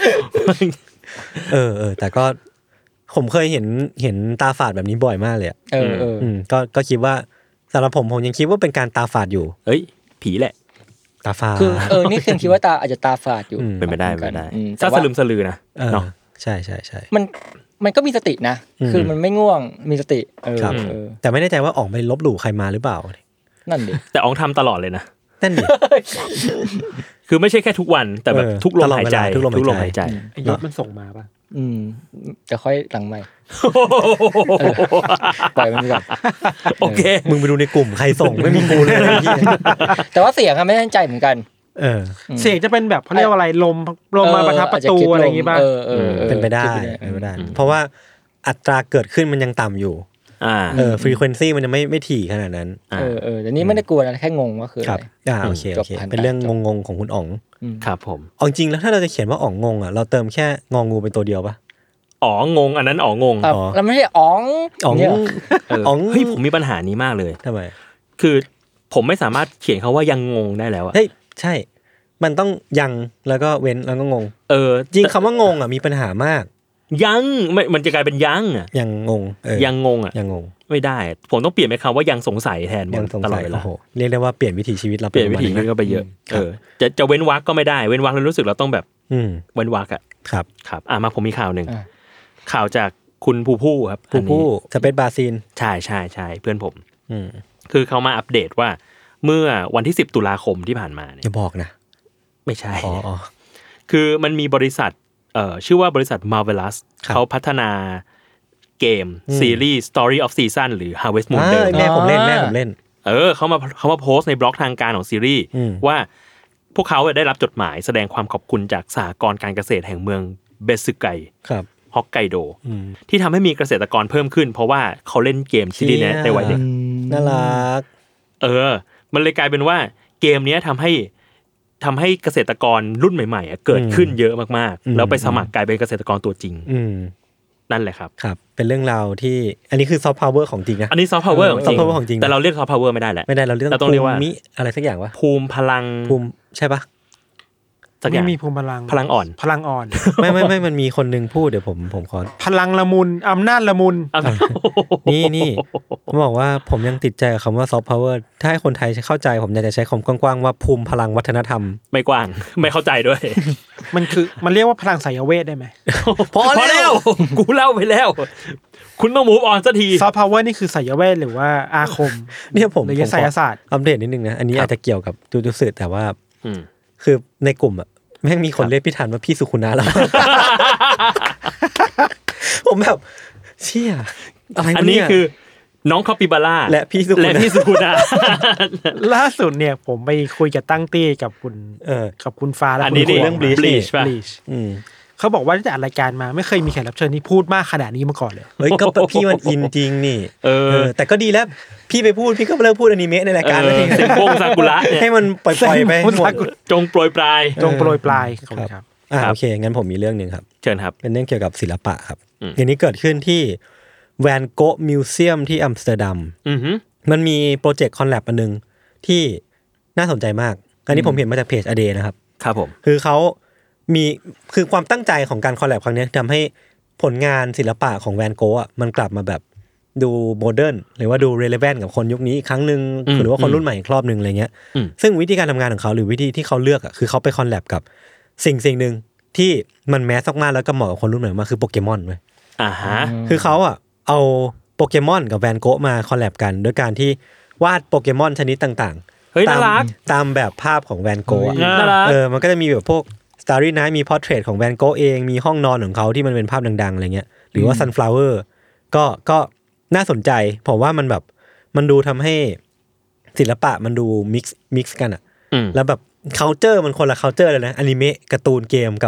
แต่ก็ผมเคยเห็นตาฝาดแบบนี้บ่อยมากเลยก็คิดว่าสำหรับผมยังคิดว่าเป็นการตาฝาดอยู่เฮ้ยผีแหละตาฝาดคือนี่คือคิดว่าตาอาจจะตาฝาดอยู่เป็นไปได้ถ้าสลืมสลือนะเนาะใช่มันก็มีสตินะคือมันไม่ง่วงมีสติแต่ไม่แน่ใจว่าออกไปลบหลู่ใครมาหรือเปล่านั่นดิแต่อ๋องทำตลอดเลยนะนั่นดิคือไม่ใช่แค่ทุกวันแต่แบบทุกลมหายใจทุกลมหายใจยศมันส่งมาป่ะจะค่อยหลังใหม่ปล่อยมันก่อนโอเคมึงไปดูในกลุ่มใครส่งไม่มีกูเลยแต่ว่าเสียงไม่แน่ใจเหมือนกันเสียงจะเป็นแบบเขาเรียกว่าอะไรลมมาประทับประตูอะไรอย่างงี้ป่ะเป็นไปได้เพราะว่าอัตราเกิดขึ้นมันยังต่ำอยู่ฟรีเควนซีมันยังไม่ถี่ขนาดนั้นแต่นี้ไม่ได้กลัวนะแค่งงว่าคืออะไรโอเคเป็นเรื่องงงของคุณอ๋องครับผมอ๋องจริงแล้วถ้าเราจะเขียนว่าอ๋องงอ่ะเราเติมแค่งองูเป็นตัวเดียวป่ะอ๋องงอันนั้นอ๋องงเราไม่ใช่อ๋องเฮ้ยผมมีปัญหานี้มากเลยทำไมคือผมไม่สามารถเขียนคำว่ายังงงได้แล้วอะเฮ้ยใช่มันต้องยังแล้วก็เว้นแล้วก็งงจริงคำว่างงอ่ะมีปัญหามากยังมันจะกลายเป็นยังอ่ะยังงงยังงงอ่ะยังงงไม่ได้ผมต้องเปลี่ยนเป็นคำว่ายังสงสัยแทนตลอดเวลาเรียกได้ว่าเปลี่ยนวิถีชีวิตเราเปลี่ยนวิถีชีวิตก็ไปเยอะจะเว้นวรรคก็ไม่ได้เว้นวรรคเรารู้สึกเราต้องแบบเว้นวรรคอ่ะครับมาผมมีข่าวนึงข่าวจากคุณผู้ครับผู้สเปซบาซินใช่เพื่อนผมคือเขามาอัปเดตว่าเมื่อวันที่10ตุลาคมที่ผ่านมาเนี่ยอย่าบอกนะไม่ใช่คือมันมีบริษัทชื่อว่าบริษัท Marvelous เขาพัฒนาเกมซีรีส์ Story of Season หรือ Harvest Moon เดิมแม่ผมเล่นเขามาโพสต์ในบล็อกทางการของซีรีส์ว่าพวกเขาได้รับจดหมายแสดงความขอบคุณจากสหกรณ์การเกษตรแห่งเมืองเบสึไกฮอกไกโดที่ทำให้มีเกษตรกรเพิ่มขึ้นเพราะว่าเขาเล่นเกมซีรีส์นี้ในวัยเด็กน่ารักมันเลยกลายเป็นว่าเกมนี้ทำให้เกษตรกรรุ่นใหม่ๆเกิดขึ้นเยอะมากๆแล้วไปสมัครกลายเป็นเกษตรกรตัวจริงนั่นแหละครับเป็นเรื่องราวที่อันนี้คือซอฟต์พาวเวอร์ของจริงนะอันนี้ซอฟต์พาวเวอร์ของจริงแต่เราเรียกซอฟต์พาวเวอร์ไม่ได้แหละไม่ได้เราเรียกต้องเรียกว่าอะไรสักอย่างวะภูมิพลังใช่ปะไม่มีภูมิพลังอ่อนไม่มันมีคนนึงพูดเดี๋ยวผมขอพลังละมุนอำนาจละมุนนี่ผมบอกว่าผมยังติดใจกับคำว่าซอฟต์พาวเวอร์ถ้าให้คนไทยเข้าใจผมอยากจะใช้คำกว้างๆว่าภูมิพลังวัฒนธรรมไม่กว้างไม่เข้าใจด้วยมันเรียกว่าพลังไสยเวทได้ไหมพอแล้วกูเล่าไปแล้วคุณต้องมูฟออนสักทีซอฟต์พาวเวอร์นี่คือไสยเวทหรือว่าอาคมเนี่ยผมไสยศาสตร์อัปเดตนิดนึงนะอันนี้อาจจะเกี่ยวกับจุดสื่อแต่ว่าคือในกลุ่มแม่งมีคนเรียกพี่ธันว่าพี่สุขุนาแล้วผมแบบเชี่ยอะไรอันนี้คือน้องคอปปิบาร่าและพี่สุขุนาล่าสุดเนี่ยผมไปคุยกับตั้งตี้กับคุณฟ้าแล้วอันนี้เรื่อง bleach เขาบอกว่าตั้งแต่รายการมาไม่เคยมีแขกรับเชิญที่พูดมากขนาดนี้มาก่อนเลยเฮ้ยก็พี่มันอินจริงนี่แต่ก็ดีแล้วพี่ไปพูดพี่ก็เลิกพูดอนิเมะในรายการแล้วทีเซ็งโป้งซากุระให้มันปล่อยๆไปหมดจงโปรยปลายครับโอเคงั้นผมมีเรื่องนึงครับเชิญครับเป็นเรื่องเกี่ยวกับศิลปะครับอย่างนี้เกิดขึ้นที่แวนโกะมิวเซียมที่อัมสเตอร์ดัมมันมีโปรเจกต์คอลแลบอันนึงที่น่าสนใจมากอันนี้ผมเห็นมาจากเพจ A Day นะครับครับผมคือเขามีคือความตั้งใจของการคอลแลบครั้งนี้ทำให้ผลงานศิลปะของแวนโกะมันกลับมาแบบดูโมเดิร์นหรือว่าดูเรเลแวนต์กับคนยุคนี้อีกครั้งนึงหรือว่าคนรุ่นใหม่อีกรอบนึงอะไรเงี้ยซึ่งวิธีการทำงานของเขาหรือวิธีที่เขาเลือกคือเขาไปคอลแลบกับสิ่งนึงที่มันแมสมากๆแล้วก็เหมาะกับคนรุ่นใหม่มากคือโปเกมอนเว้ยคือเขาเอาโปเกมอนกับแวนโกะมาคอลแลบกันด้วยการที่วาดโปเกมอนชนิดต่างๆตามแบบภาพของแวนโกะมันก็จะมีแบบพวกStarry Night มีพอร์เทรตของแวนโกะเองมีห้องนอนของเขาที่มันเป็นภาพดังๆอะไรเงี้ยหรือว่า Sunflower ก็น่าสนใจผมว่ามันแบบมันดูทำให้ศิลปะมันดูมิกซ์กันแล้วแบบ culture มันคนละ culture เลยนะอนิเมะการ์ตูนเกมกับ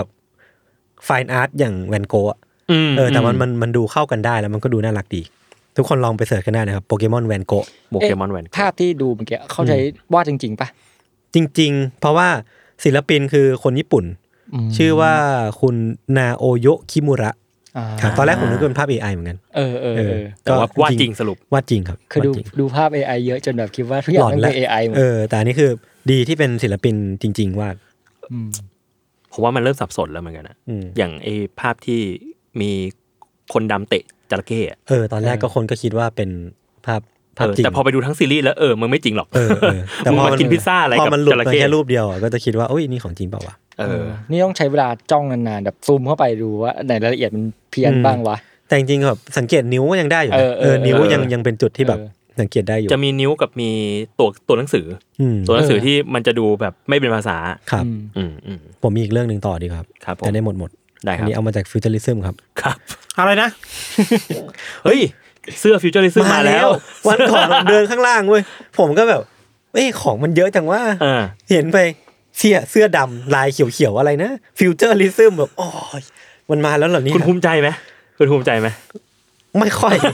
fine art อย่างแวนโกะแต่มันดูเข้ากันได้แล้วมันก็ดูน่ารักดีทุกคนลองไปเสิร์ชกันได้นะครับโปเกมอนแวนโกะภาพที่ดูเมื่อกี้เข้าใจวาดจริงๆป่ะจริงๆเพราะว่าศิลปินคือคนญี่ปุ่นชื่อว่าคุณนาโอโยะคิมุระตอนแรกผมนึกว่าเป็นภาพ AI เหมือนกันแต่ว่าวาดจริงสรุปวาดจริงครับคือดูภาพ AI เยอะจนแบบคิดว่าทุกอย่างเป็น AI หมดแต่อันนี้คือดีที่เป็นศิลปินจริงๆวาดผมว่ามันเริ่มสับสนแล้วเหมือนกันนะอย่างไอ้ภาพที่มีคนดำเตะจระเข้ตอนแรกก็คนก็คิดว่าเป็นภาพจริงแต่พอไปดูทั้งซีรีส์แล้วมันไม่จริงหรอกแต่พอมันกินพิซซ่าอะไรกับมันหลุดมาแค่รูปเดียวก็จะคิดว่าอุ้ยนี่ของจริงเปล่าวะนี่ต้องใช้เวลาจ้องนานๆแบบซูมเข้าไปดูว่าในรายละเอียดมันเพี้ยนบ้างวะแต่จริงๆแบบสังเกตนิ้วยังได้อยู่นิ้วยังเป็นจุดที่แบบสังเกตได้อยู่จะมีนิ้วกับมีตัวหนังสือที่มันจะดูแบบไม่เป็นภาษาครับผมมีอีกเรื่องนึงต่อดีครับจะได้หมดอันนี้เอามาจากฟิวเจอริซึมครับอะไรนะเฮ้ยเสื้อฟิวเจอริซึมมาแล้ววันก่อนเดินข้างล่างเว้ยผมก็แบบของมันเยอะจังว่าเห็นไปเสื้อดำลายเขียวๆอะไรนะฟิวเจอริซึมแบบโอ้ยมันมาแล้วเหรอนี่คุณภูมิใจไหมไม่ค่อย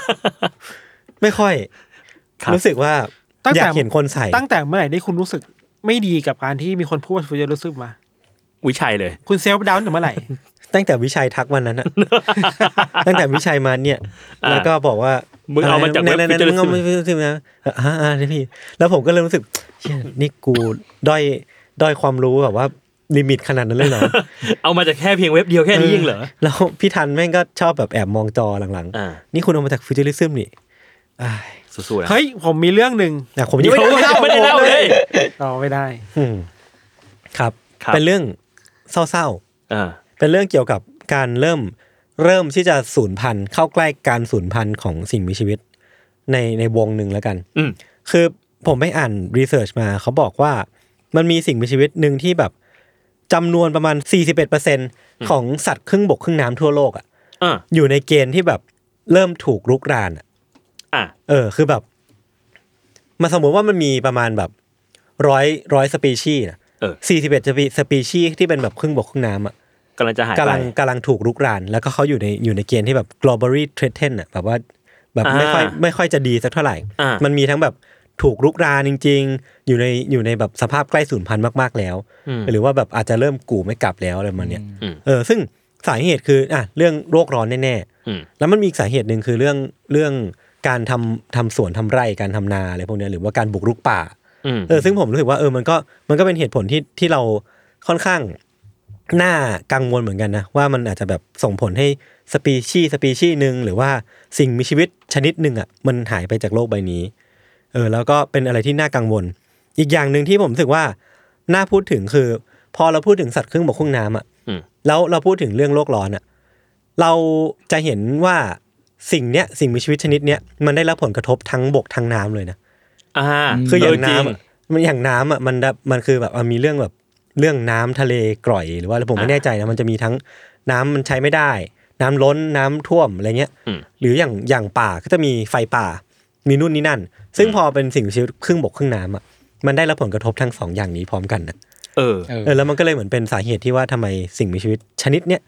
รู้สึกว่าอยากเห็นคนใส่ตั้งแต่เมื่อไหร่ได้คุณรู้สึกไม่ดีกับการที่มีคนพูดฟิวเจอริซึมมาวิชัยเลยคุณเซลฟ์ดาวน์ถึงเมื่อไหร่ตั้งแต่วิชัยทักวันนั้นตั้งแต่วิชัยมาเนี่ยแล้วก็บอกว่ามึงเอามาจากเว็บฟิวเจอริซึมนะพี่แล้วผมก็เลยรู้สึกนี่กูด้อยความรู้แบบว่าลิมิตขนาดนั้นเลยเหรอเอามาจากแค่เพียงเว็บเดียวแค่นี้ยิ่งเหรอแล้วพี่ทันแม่งก็ชอบแบบแอบมองจอหลังๆนี่คุณเอามาจากฟิวเจอริซึมนี่สู้ๆเฮ้ยผมมีเรื่องนึงผมยังไม่ได้เล่าเลยไม่ได้ครับเป็นเรื่องเศร้าๆเป็นเรื่องเกี่ยวกับการเริ่มที่จะสูญพันธุ์เข้าใกล้การสูญพันธุ์ของสิ่งมีชีวิตในวงหนึ่งแล้วกันคือผมไปอ่านรีเสิร์ชมาเขาบอกว่ามันมีสิ่งมีชีวิตหนึ่งที่แบบจำนวนประมาณ 41% ของสัตว์ครึ่งบกครึ่งน้ำทั่วโลกอยู่ในเกณฑ์ที่แบบเริ่มถูกรุกรานคือแบบมาสมมติว่ามันมีประมาณแบบ100สปีชีส์41สปีชีส์ที่เป็นแบบครึ่งบกครึ่งน้ำกำลังจะหายไปกำลังถูกรุกรานแล้วก็เขาอยู่ในเกณฑ์ที่แบบ globally threatened แบบว่าแบบไม่ค่อยจะดีสักเท่าไหร่มันมีทั้งแบบถูกรุกรานจริงๆอยู่ในแบบสภาพใกล้สูญพันธุ์มากๆแล้วหรือว่าแบบอาจจะเริ่มกู่ไม่กลับแล้วอะไรมันเนี่ยซึ่งสาเหตุคือเรื่องโลกร้อนแน่ๆแล้วมันมีอีกสาเหตุนึงคือเรื่องการทำสวนทำไร่การทำนาอะไรพวกนี้หรือว่าการบุกรุกป่าซึ่งผมรู้สึกว่ามันก็เป็นเหตุผลที่เราค่อนข้างน่ากังวลเหมือนกันนะว่ามันอาจจะแบบส่งผลให้สปีชีส์นึงหรือว่าสิ่งมีชีวิตชนิดนึงมันหายไปจากโลกใบนี้แล้วก็เป็นอะไรที่น่ากังวลอีกอย่างนึงที่ผมรู้สึกว่าน่าพูดถึงคือพอเราพูดถึงสัตว์ครึ่งบกครึ่งน้ำแล้วเราพูดถึงเรื่องโลกร้อนเราจะเห็นว่าสิ่งมีชีวิตชนิดเนี้ยมันได้รับผลกระทบทั้งบกทั้งน้ำเลยนะคืออย่างน้ำมันคือแบบมีเรื่องน้ำทะเลกร่อยหรือว่าผมไม่แน่ใจนะมันจะมีทั้งน้ำมันใช้ไม่ได้น้ำล้นน้ำท่วมอะไรเงี้ยหรืออย่างป่าก็จะมีไฟป่ามีนู่นนี่นั่นซึ่งพอเป็นสิ่งมีชีวิตครึ่งบกครึ่งน้ำมันได้รับผลกระทบทั้ง2อย่างนี้พร้อมกันนะแล้วมันก็เลยเหมือนเป็นสาเหตุที่ว่าทำไมสิ่งมีชีวิตชนิดเนี้ย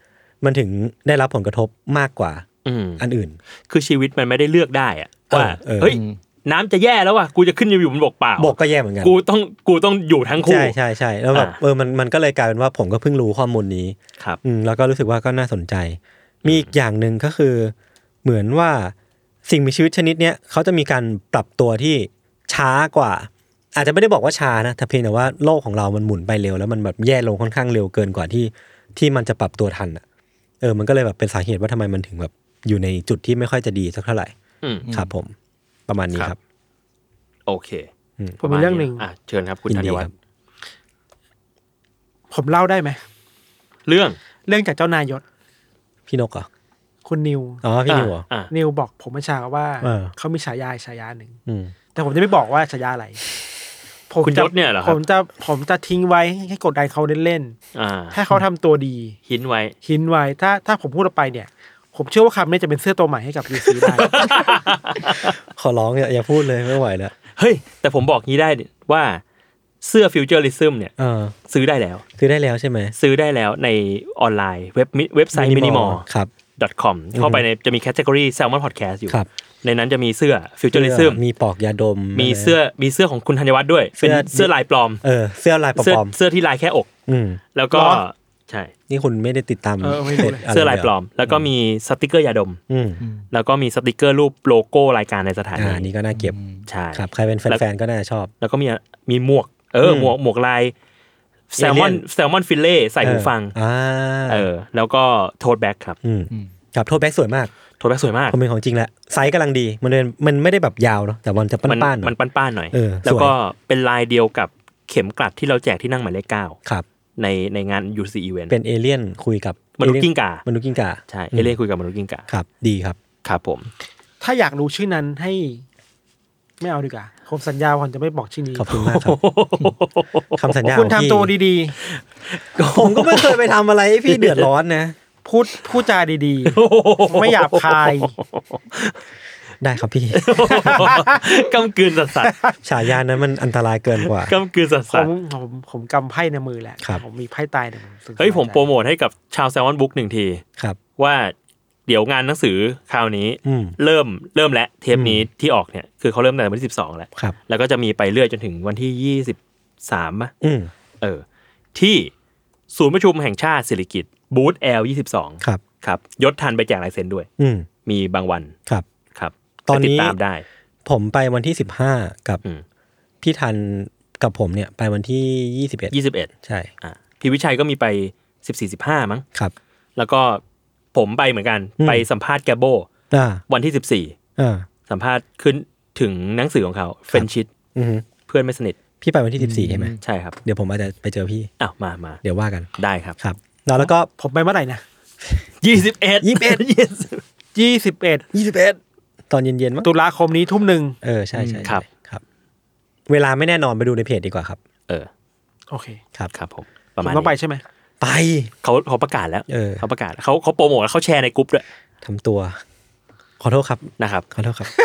มันถึงได้รับผลกระทบมากกว่าอันอื่นคือชีวิตมันไม่ได้เลือกได้อะว่าเฮ้ยน้ำจะแย่แล้วว่ะกูจะขึ้นอยู่บนบกเปล่าบกก็แย่เหมือนกันกูต้องอยู่ทั้งคู่ใช่แล้วแบบมันก็เลยกลายเป็นว่าผมก็เพิ่งรู้ข้อมูลนี้ครับแล้วก็รู้สึกว่าก็น่าสนใจมีอีกอย่างนึงก็คือเหมือนว่าสิ่งมีชีวิตชนิดเนี้ยเขาจะมีการปรับตัวที่ช้ากว่าอาจจะไม่ได้บอกว่าช้านะแต่เพียงแต่ว่าโลกของเรามันหมุนไปเร็วแล้วมันแบบแย่ลงค่อนข้างเร็วเกินกว่าที่มันจะปรับตัวทันอ่ะมันก็เลยแบบเป็นสาเหตุว่าทำไมมันถึงแบบอยู่ในจุดที่ไม่ค่อยจะดีสักเท่าไหร่ครับผมประมาณนี้ครับโอเคผมมีเรื่องนึงเชิญครับคุณธัญวัฒน์ผมเล่าได้ไหมเรื่องจากเจ้านายยศพี่นกเหรอคุณนิวพี่นิวนิวบอกผมเมื่อเช้าว่าเขามีฉายาหนึ่งแต่ผมจะไม่บอกว่าฉายาอะไรคุณยศเนี่ยเหรอครับผมจะทิ้งไว้ให้กดดันเขาเล่นๆให้เขาทำตัวดีหินไว้ถ้าผมพูดออกไปเนี่ยผมเชื่อว่าคำนี้จะเป็นเสื้อตัวใหม่ให้กับ UC ได้ขอร้องอย่าพูดเลยไม่ไหวแล้วเฮ้ยแต่ผมบอกงี้ได้ว่าเสื้อฟิวเจอริซึมเนี่ยซื้อได้แล้วใช่ไหมซื้อได้แล้วในออนไลน์เว็บไซต์ minimal.com เข้าไปในจะมีแคตตากรี Salmon Podcast อยู่ในนั้นจะมีเสื้อฟิวเจอริซึมมีปอกยาดมมีเสื้อของคุณธัญวัฒน์ด้วยเป็นเสื้อลายปลอมเสื้อลายปลอมเสื้อที่ลายแค่อกแล้วก็ใช่นี่คุณไม่ได้ติดตามเสื้อลายปลอมแล้วก็มีสติกเกอร์ยาดมแล้วก็มีสติกเกอร์รูปโลโก้รายการในสถานีนี่ก็น่าเก็บใช่ครับใครเป็นแฟนๆก็น่าชอบแล้วก็มีหมวกหมวกลายแซลมอนฟิลเล่ใส่หูฟังแล้วก็โทสแบ็คครับโทสแบ็คสวยมากโทสแบ็คสวยมากผมเป็นของจริงแหละไซส์กำลังดีมันไม่ได้แบบยาวเนาะแต่มันจะป้านๆมันป้านๆหน่อยแล้วก็เป็นลายเดียวกับเข็มกลัดที่เราแจกที่นั่งหมายเลข9 ครับในงาน UC Event เป็นเอเลี่ยนคุยกับมนุษย์กิ้งก่าใช่เอเลี่ยนคุยกับมนุษย์กิ้งก่าครับดีครับครับผมถ้าอยากรู้ชื่อนั้นให้ไม่เอาดีกว่าผมสัญญาว่าจะไม่บอกชื่อนี้ขอบคุณมากครับคำสัญญาคุณทำตัวดีๆผมก็ไม่เคยไปทำอะไรให้พี่เดือดร้อนนะพูดจาดีๆไม่หยาบคายได้ครับพี่กำกืนสัสฉายานั้นมันอันตรายเกินกว่ากำกืนสัสผมกำไพ่ในมือแหละผมมีไพ่ตายในมือเฮ้ยผมโปรโมทให้กับชาวแซลมอนบุ๊ก1ทีครับว่าเดี๋ยวงานหนังสือคราวนี้เริ่มแล้วเทปนี้ที่ออกเนี่ยคือเขาเริ่มตั้งแต่วันที่12แล้วแล้วก็จะมีไปเรื่อยจนถึงวันที่23ป่ะที่ศูนย์ประชุมแห่งชาติศิริกิติ์บูธ L22 ครับยศทันไปแจกลายเซ็นด้วยมีบางวันครับตอนนี้ติดตามได้ผมไปวันที่15กับพี่ทันกับผมเนี่ยไปวันที่21ใช่พี่วิชัยก็มีไป14-15มั้งครับแล้วก็ผมไปเหมือนกันไปสัมภาษณ์แกโบวันที่14สัมภาษณ์ขึ้นถึงหนังสือของเขาเฟนชิดเพื่อนไม่สนิทพี่ไปวันที่14ใช่ไหมใช่ครับเดี๋ยวผมอาจจะไปเจอพี่มาเดี๋ยวว่ากันได้ครับครับแล้วก็ผมไปเมื่อไหร่นะ 21ตอนเย็นๆมั้งตุลาคมนี้ทุ่ม 1ใช่ครับเวลาไม่แน่นอนไปดูในเพจดีกว่าครับโอเคครับผมประมาณต้องไปใช่ไหมไปเขาประกาศแล้วเขาประกาศเขาโปรโมทแล้วเขาแชร์ในกลุ่มด้วยทำตัวขอโทษครับนะครับขอโทษครับ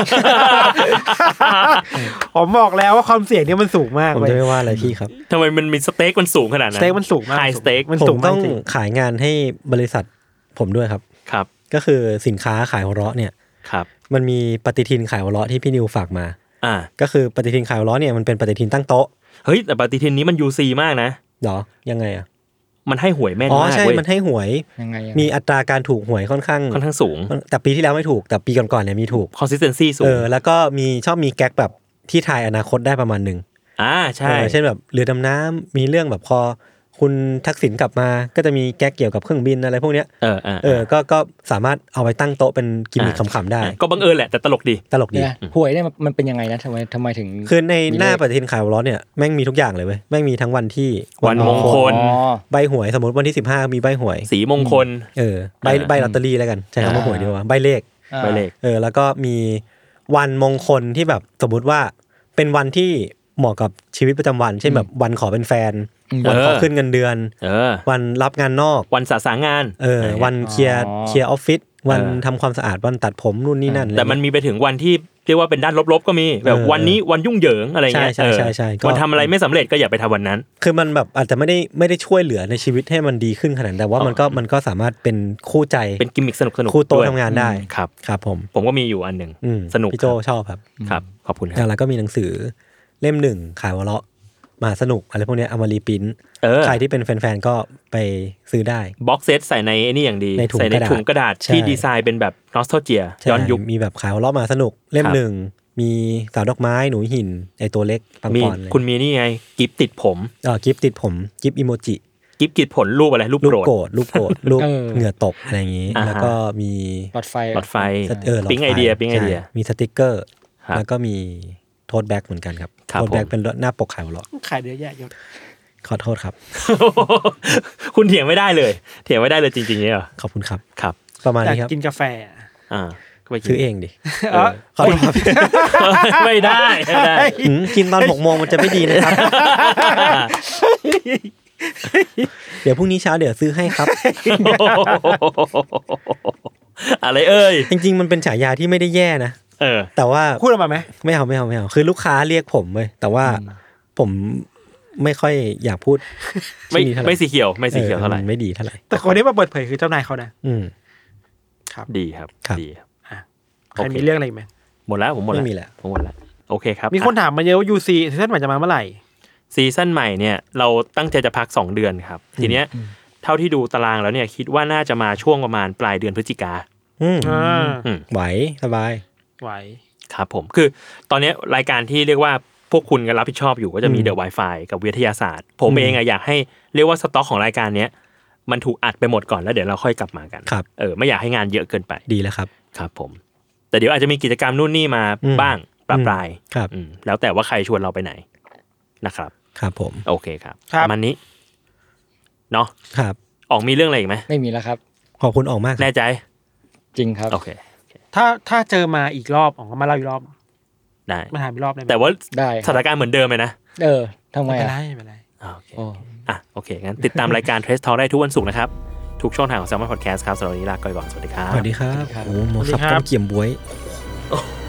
ผมบอกแล้วว่าความเสี่ยงนี่มันสูงมากผมจะไม่ว่าอะไรพี่ครับทำไมมันมีสเต็กมันสูงขนาดนั้นสเต็กมันสูงมากไฮสเต็กมันสูงต้องขายงานให้บริษัทผมด้วยครับก็คือสินค้าขายหัวเราะเนี่ยมันมีปฏิทินขายหัวเราะที่พี่นิวฝากมาก็คือปฏิทินขายหัวเราะเนี่ยมันเป็นปฏิทินตั้งโต๊ะเฮ้ยแต่ปฏิทินนี้มัน UC มากนะหรอยังไงมันให้หวยแม่นมากใช่มันให้หวยมีอัตราการถูกหวยค่อนข้างสูงแต่ปีที่แล้วไม่ถูกแต่ปีก่อนๆเนี่ยมีถูก consistency สูงแล้วก็ชอบมีแก๊กแบบที่ทายอนาคตได้ประมาณนึงใช่เช่นแบบเรือดำน้ำมีเรื่องแบบพอคุณทักษิณกลับมาก็จะมีแก๊กเกี่ยวกับเครื่องบินอะไรพวกเนี้ยก็สามารถเอาไปตั้งโต๊ะเป็นกิมมิคขำๆได้ก็บังเอิญแหละแต่ตลกดีหวยเนี่ยมันเป็นยังไงนะทำไมถึงคือในหน้าปฏิทินขายหัวเราะเนี่ยแม่งมีทุกอย่างเลยเว้ยแม่งมีทั้งวันที่วันมงคลใบหวยสมมติวันที่15มีใบหวยสีมงคลใบลอตเตอรี่แล้วกันใช่คำว่าหวยดีกว่าใบเลขแล้วก็มีวันมงคลที่แบบสมมติว่าเป็นวันที่เหมาะกับชีวิตประจำวันเช่นแบบวันขอเป็นแฟนวันขอขึ้นเงินเดือนวันรับงานนอกวันสาสางานวันเคลียร์ออฟฟิศวันทำความสะอาดวันตัดผมนู่นนี่นั่นแต่มันมีไปถึงวันที่เรียกว่าเป็นด้านลบๆก็มีแบบวันนี้วันยุ่งเหยิงอะไรเงี้ยใช่วันทำอะไรไม่สำเร็จก็อย่าไปทำวันนั้นคือมันแบบอาจจะไม่ได้ช่วยเหลือในชีวิตให้มันดีขึ้นขนาดแต่ว่ามันก็สามารถเป็นคู่ใจเป็นกิมมิคสนุกคู่โต๊ะทำงานได้ครับผมก็มีอยู่อันหนึ่งสนุกพี่โจชอบครับขอบคุณครับแล้วก็มีหนังสือเล่ม1ขายวะเลาะมหาสนุกอะไรพวกนี้เอามารีพิมพ์ใครที่เป็นแฟนๆก็ไปซื้อได้บ็อกเซตใส่ในนี่อย่างดีใส่ในถุงกระดาษที่ดีไซน์เป็นแบบนอสทัลเจียย้อนยุคมีแบบขายวะเลาะมหาสนุกเล่ม1มีสาวดอกไม้หนูหินไอตัวเล็กปังปอนเลยคุณมีนี่ไงกิฟติดผมกิฟติดผมกิฟอีโมจิกิฟติดผลรูปอะไรรูปโกรธรูปเหงื่อตกอะไรอย่างนี้แล้วก็มีหลอดไฟปิ๊งไอเดียมีสติ๊กเกอร์แล้วก็มีโทสแบ็กเหมือนกันครับโทสแบ็กเป็นหน้าปกขายวะเลาะขายเยอะแยะขอโทษครับคุณเถียงไม่ได้เลยจริงๆเนี่ยขอบคุณครับครับประมาณนี้ครับกินกาแฟซื้อเองดิขอโทษครับไม่ได้กินตอน 6 โมงมันจะไม่ดีนะครับเดี๋ยวพรุ่งนี้เช้าเดี๋ยวซื้อให้ครับอะไรเอ่ยจริงๆมันเป็นฉายาที่ไม่ได้แย่นะแต่ว่าพูดออกมาไหมไม่เอาคือลูกค้าเรียกผมเว้ยแต่ว่าผมไม่ค่อยอยากพูดไม่สีเขียวเท่าไหร่ไม่ดีเท่าไหร่แต่คนที่มาเปิดเผยคือเจ้านายเขานะครับดีครับใครมีเรื่องอะไรไหมหมดแล้วผมหมดแล้วโอเคครับมีคนถามมาเยอะว่า UC ซีซั่นใหม่จะมาเมื่อไหร่ซีซั่นใหม่เนี่ยเราตั้งใจจะพัก2 เดือนครับทีเนี้ยเท่าที่ดูตารางแล้วเนี่ยคิดว่าน่าจะมาช่วงประมาณปลายเดือนพฤศจิกาไหวสบายไหวครับผมคือตอนนี้รายการที่เรียกว่าพวกคุณก็รับผิดชอบอยู่ก็จะมี The Wi-Fi กับวิทยาศาสตร์ผมเองอยากให้เรียกว่าสต็อกของรายการนี้มันถูกอัดไปหมดก่อนแล้วเดี๋ยวเราค่อยกลับมากันไม่อยากให้งานเยอะเกินไปดีแล้วครับครับผมแต่เดี๋ยวอาจจะมีกิจกรรมนู่นนี่มาบ้างปลายแล้วแต่ว่าใครชวนเราไปไหนนะครับครับผมโอเคครับประมาณนี้เนาะครับออกมีเรื่องอะไรอีกไหมไม่มีแล้วครับขอบคุณออกมากแน่ใจจริงครับโอเคถ้าเจอมาอีกรอบออกก็มาเล่าอีกรอบได้มาถามอีกรอบได้แต่ว่าสถานการณ์เหมือนเดิมเลยนะทำไมไม่เป็นไรโอเคงั้นติดตามรายการ Trace Talk ได้ทุกวันศุกร์นะครับทุกช่องทางของ Salmon Podcast ครับสำหรับวันนี้ลาไปก่อนสวัสดีครับสวัสดีครับโอ้โหหมอสับต้มเกี่ยมบ๊วย